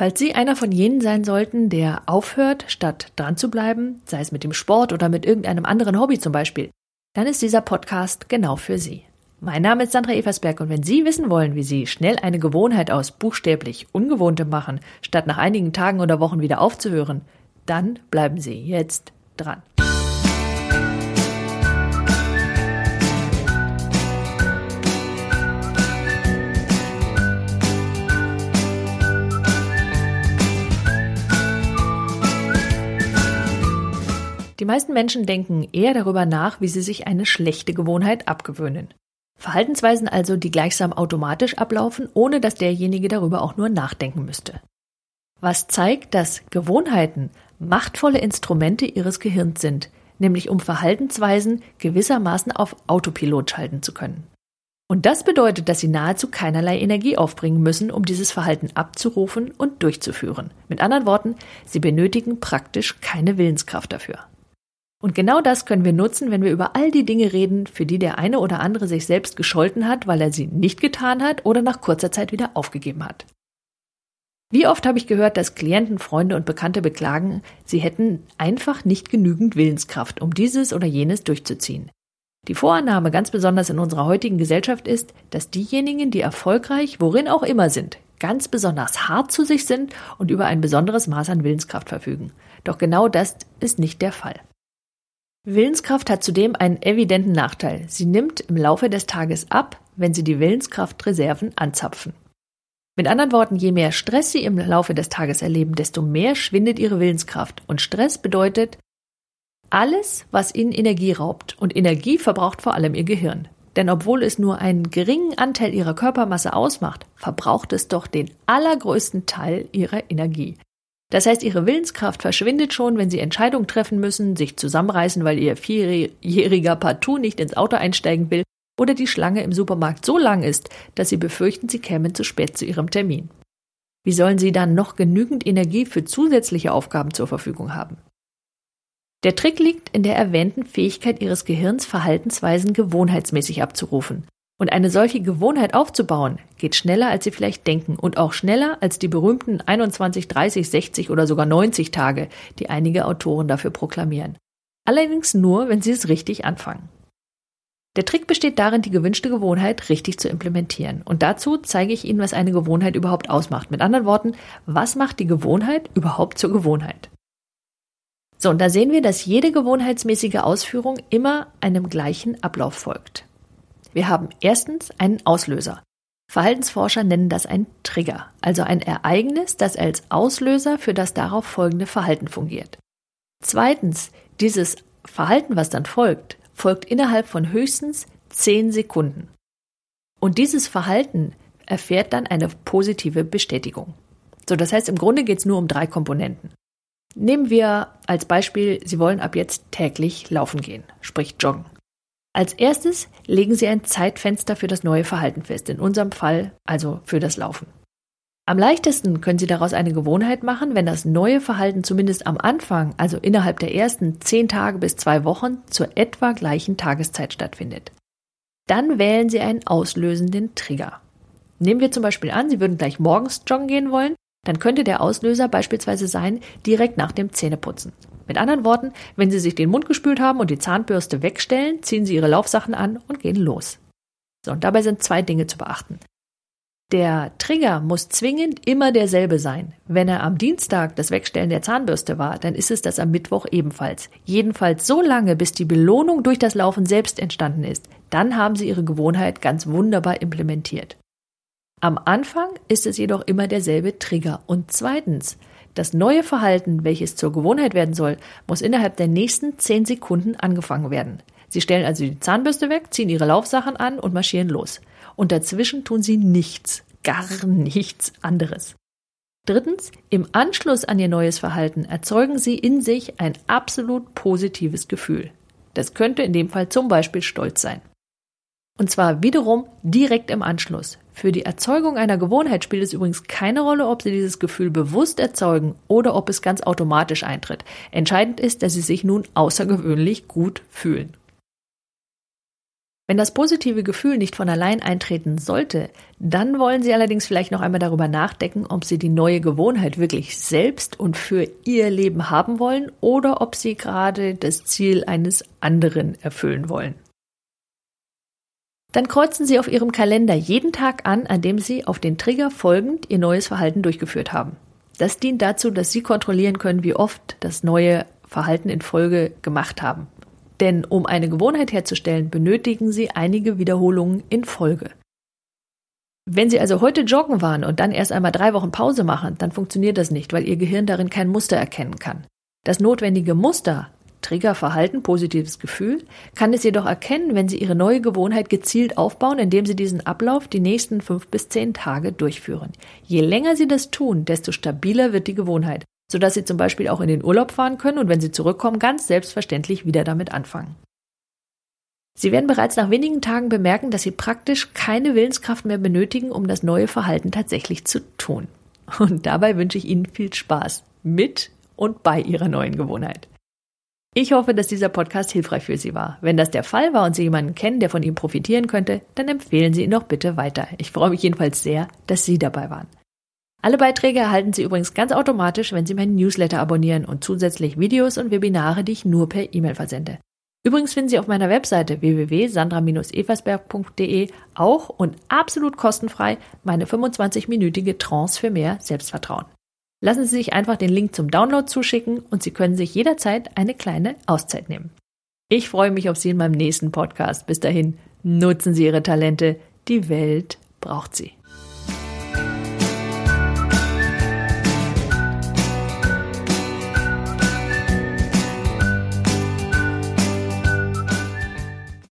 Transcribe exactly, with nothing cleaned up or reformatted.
Falls Sie einer von jenen sein sollten, der aufhört, statt dran zu bleiben, sei es mit dem Sport oder mit irgendeinem anderen Hobby zum Beispiel, dann ist dieser Podcast genau für Sie. Mein Name ist Sandra Eversberg und wenn Sie wissen wollen, wie Sie schnell eine Gewohnheit aus buchstäblich Ungewohntem machen, statt nach einigen Tagen oder Wochen wieder aufzuhören, dann bleiben Sie jetzt dran. Die meisten Menschen denken eher darüber nach, wie sie sich eine schlechte Gewohnheit abgewöhnen. Verhaltensweisen also, die gleichsam automatisch ablaufen, ohne dass derjenige darüber auch nur nachdenken müsste. Was zeigt, dass Gewohnheiten machtvolle Instrumente ihres Gehirns sind, nämlich um Verhaltensweisen gewissermaßen auf Autopilot schalten zu können. Und das bedeutet, dass sie nahezu keinerlei Energie aufbringen müssen, um dieses Verhalten abzurufen und durchzuführen. Mit anderen Worten, sie benötigen praktisch keine Willenskraft dafür. Und genau das können wir nutzen, wenn wir über all die Dinge reden, für die der eine oder andere sich selbst gescholten hat, weil er sie nicht getan hat oder nach kurzer Zeit wieder aufgegeben hat. Wie oft habe ich gehört, dass Klienten, Freunde und Bekannte beklagen, sie hätten einfach nicht genügend Willenskraft, um dieses oder jenes durchzuziehen. Die Vorannahme, ganz besonders in unserer heutigen Gesellschaft, ist, dass diejenigen, die erfolgreich, worin auch immer sind, ganz besonders hart zu sich sind und über ein besonderes Maß an Willenskraft verfügen. Doch genau das ist nicht der Fall. Willenskraft hat zudem einen evidenten Nachteil. Sie nimmt im Laufe des Tages ab, wenn Sie die Willenskraftreserven anzapfen. Mit anderen Worten, je mehr Stress Sie im Laufe des Tages erleben, desto mehr schwindet Ihre Willenskraft. Und Stress bedeutet alles, was Ihnen Energie raubt. Und Energie verbraucht vor allem Ihr Gehirn. Denn obwohl es nur einen geringen Anteil Ihrer Körpermasse ausmacht, verbraucht es doch den allergrößten Teil Ihrer Energie. Das heißt, Ihre Willenskraft verschwindet schon, wenn Sie Entscheidungen treffen müssen, sich zusammenreißen, weil Ihr vierjähriger partout nicht ins Auto einsteigen will oder die Schlange im Supermarkt so lang ist, dass Sie befürchten, Sie kämen zu spät zu Ihrem Termin. Wie sollen Sie dann noch genügend Energie für zusätzliche Aufgaben zur Verfügung haben? Der Trick liegt in der erwähnten Fähigkeit Ihres Gehirns, Verhaltensweisen gewohnheitsmäßig abzurufen. Und eine solche Gewohnheit aufzubauen, geht schneller, als Sie vielleicht denken und auch schneller als die berühmten einundzwanzig, dreißig, sechzig oder sogar neunzig Tage, die einige Autoren dafür proklamieren. Allerdings nur, wenn Sie es richtig anfangen. Der Trick besteht darin, die gewünschte Gewohnheit richtig zu implementieren. Und dazu zeige ich Ihnen, was eine Gewohnheit überhaupt ausmacht. Mit anderen Worten, was macht die Gewohnheit überhaupt zur Gewohnheit? So, und da sehen wir, dass jede gewohnheitsmäßige Ausführung immer einem gleichen Ablauf folgt. Wir haben erstens einen Auslöser. Verhaltensforscher nennen das ein Trigger, also ein Ereignis, das als Auslöser für das darauf folgende Verhalten fungiert. Zweitens, dieses Verhalten, was dann folgt, folgt innerhalb von höchstens zehn Sekunden. Und dieses Verhalten erfährt dann eine positive Bestätigung. So, das heißt, im Grunde geht es nur um drei Komponenten. Nehmen wir als Beispiel, Sie wollen ab jetzt täglich laufen gehen, sprich joggen. Als erstes legen Sie ein Zeitfenster für das neue Verhalten fest, in unserem Fall also für das Laufen. Am leichtesten können Sie daraus eine Gewohnheit machen, wenn das neue Verhalten zumindest am Anfang, also innerhalb der ersten zehn Tage bis zwei Wochen, zur etwa gleichen Tageszeit stattfindet. Dann wählen Sie einen auslösenden Trigger. Nehmen wir zum Beispiel an, Sie würden gleich morgens joggen gehen wollen, dann könnte der Auslöser beispielsweise sein, direkt nach dem Zähneputzen. Mit anderen Worten, wenn Sie sich den Mund gespült haben und die Zahnbürste wegstellen, ziehen Sie Ihre Laufsachen an und gehen los. So, und dabei sind zwei Dinge zu beachten. Der Trigger muss zwingend immer derselbe sein. Wenn er am Dienstag das Wegstellen der Zahnbürste war, dann ist es das am Mittwoch ebenfalls. Jedenfalls so lange, bis die Belohnung durch das Laufen selbst entstanden ist. Dann haben Sie Ihre Gewohnheit ganz wunderbar implementiert. Am Anfang ist es jedoch immer derselbe Trigger. Und zweitens, das neue Verhalten, welches zur Gewohnheit werden soll, muss innerhalb der nächsten zehn Sekunden angefangen werden. Sie stellen also die Zahnbürste weg, ziehen Ihre Laufsachen an und marschieren los. Und dazwischen tun Sie nichts, gar nichts anderes. Drittens, im Anschluss an Ihr neues Verhalten erzeugen Sie in sich ein absolut positives Gefühl. Das könnte in dem Fall zum Beispiel Stolz sein. Und zwar wiederum direkt im Anschluss. Für die Erzeugung einer Gewohnheit spielt es übrigens keine Rolle, ob Sie dieses Gefühl bewusst erzeugen oder ob es ganz automatisch eintritt. Entscheidend ist, dass Sie sich nun außergewöhnlich gut fühlen. Wenn das positive Gefühl nicht von allein eintreten sollte, dann wollen Sie allerdings vielleicht noch einmal darüber nachdenken, ob Sie die neue Gewohnheit wirklich selbst und für Ihr Leben haben wollen oder ob Sie gerade das Ziel eines anderen erfüllen wollen. Dann kreuzen Sie auf Ihrem Kalender jeden Tag an, an dem Sie auf den Trigger folgend Ihr neues Verhalten durchgeführt haben. Das dient dazu, dass Sie kontrollieren können, wie oft das neue Verhalten in Folge gemacht haben. Denn um eine Gewohnheit herzustellen, benötigen Sie einige Wiederholungen in Folge. Wenn Sie also heute joggen waren und dann erst einmal drei Wochen Pause machen, dann funktioniert das nicht, weil Ihr Gehirn darin kein Muster erkennen kann. Das notwendige Muster, Triggerverhalten, positives Gefühl, kann es jedoch erkennen, wenn Sie Ihre neue Gewohnheit gezielt aufbauen, indem Sie diesen Ablauf die nächsten fünf bis zehn Tage durchführen. Je länger Sie das tun, desto stabiler wird die Gewohnheit, sodass Sie zum Beispiel auch in den Urlaub fahren können und wenn Sie zurückkommen, ganz selbstverständlich wieder damit anfangen. Sie werden bereits nach wenigen Tagen bemerken, dass Sie praktisch keine Willenskraft mehr benötigen, um das neue Verhalten tatsächlich zu tun. Und dabei wünsche ich Ihnen viel Spaß mit und bei Ihrer neuen Gewohnheit. Ich hoffe, dass dieser Podcast hilfreich für Sie war. Wenn das der Fall war und Sie jemanden kennen, der von ihm profitieren könnte, dann empfehlen Sie ihn doch bitte weiter. Ich freue mich jedenfalls sehr, dass Sie dabei waren. Alle Beiträge erhalten Sie übrigens ganz automatisch, wenn Sie meinen Newsletter abonnieren und zusätzlich Videos und Webinare, die ich nur per E-Mail versende. Übrigens finden Sie auf meiner Webseite w w w punkt sandra Bindestrich eversberg punkt d e auch und absolut kostenfrei meine fünfundzwanzig-minütige Trance für mehr Selbstvertrauen. Lassen Sie sich einfach den Link zum Download zuschicken und Sie können sich jederzeit eine kleine Auszeit nehmen. Ich freue mich auf Sie in meinem nächsten Podcast. Bis dahin, nutzen Sie Ihre Talente. Die Welt braucht sie.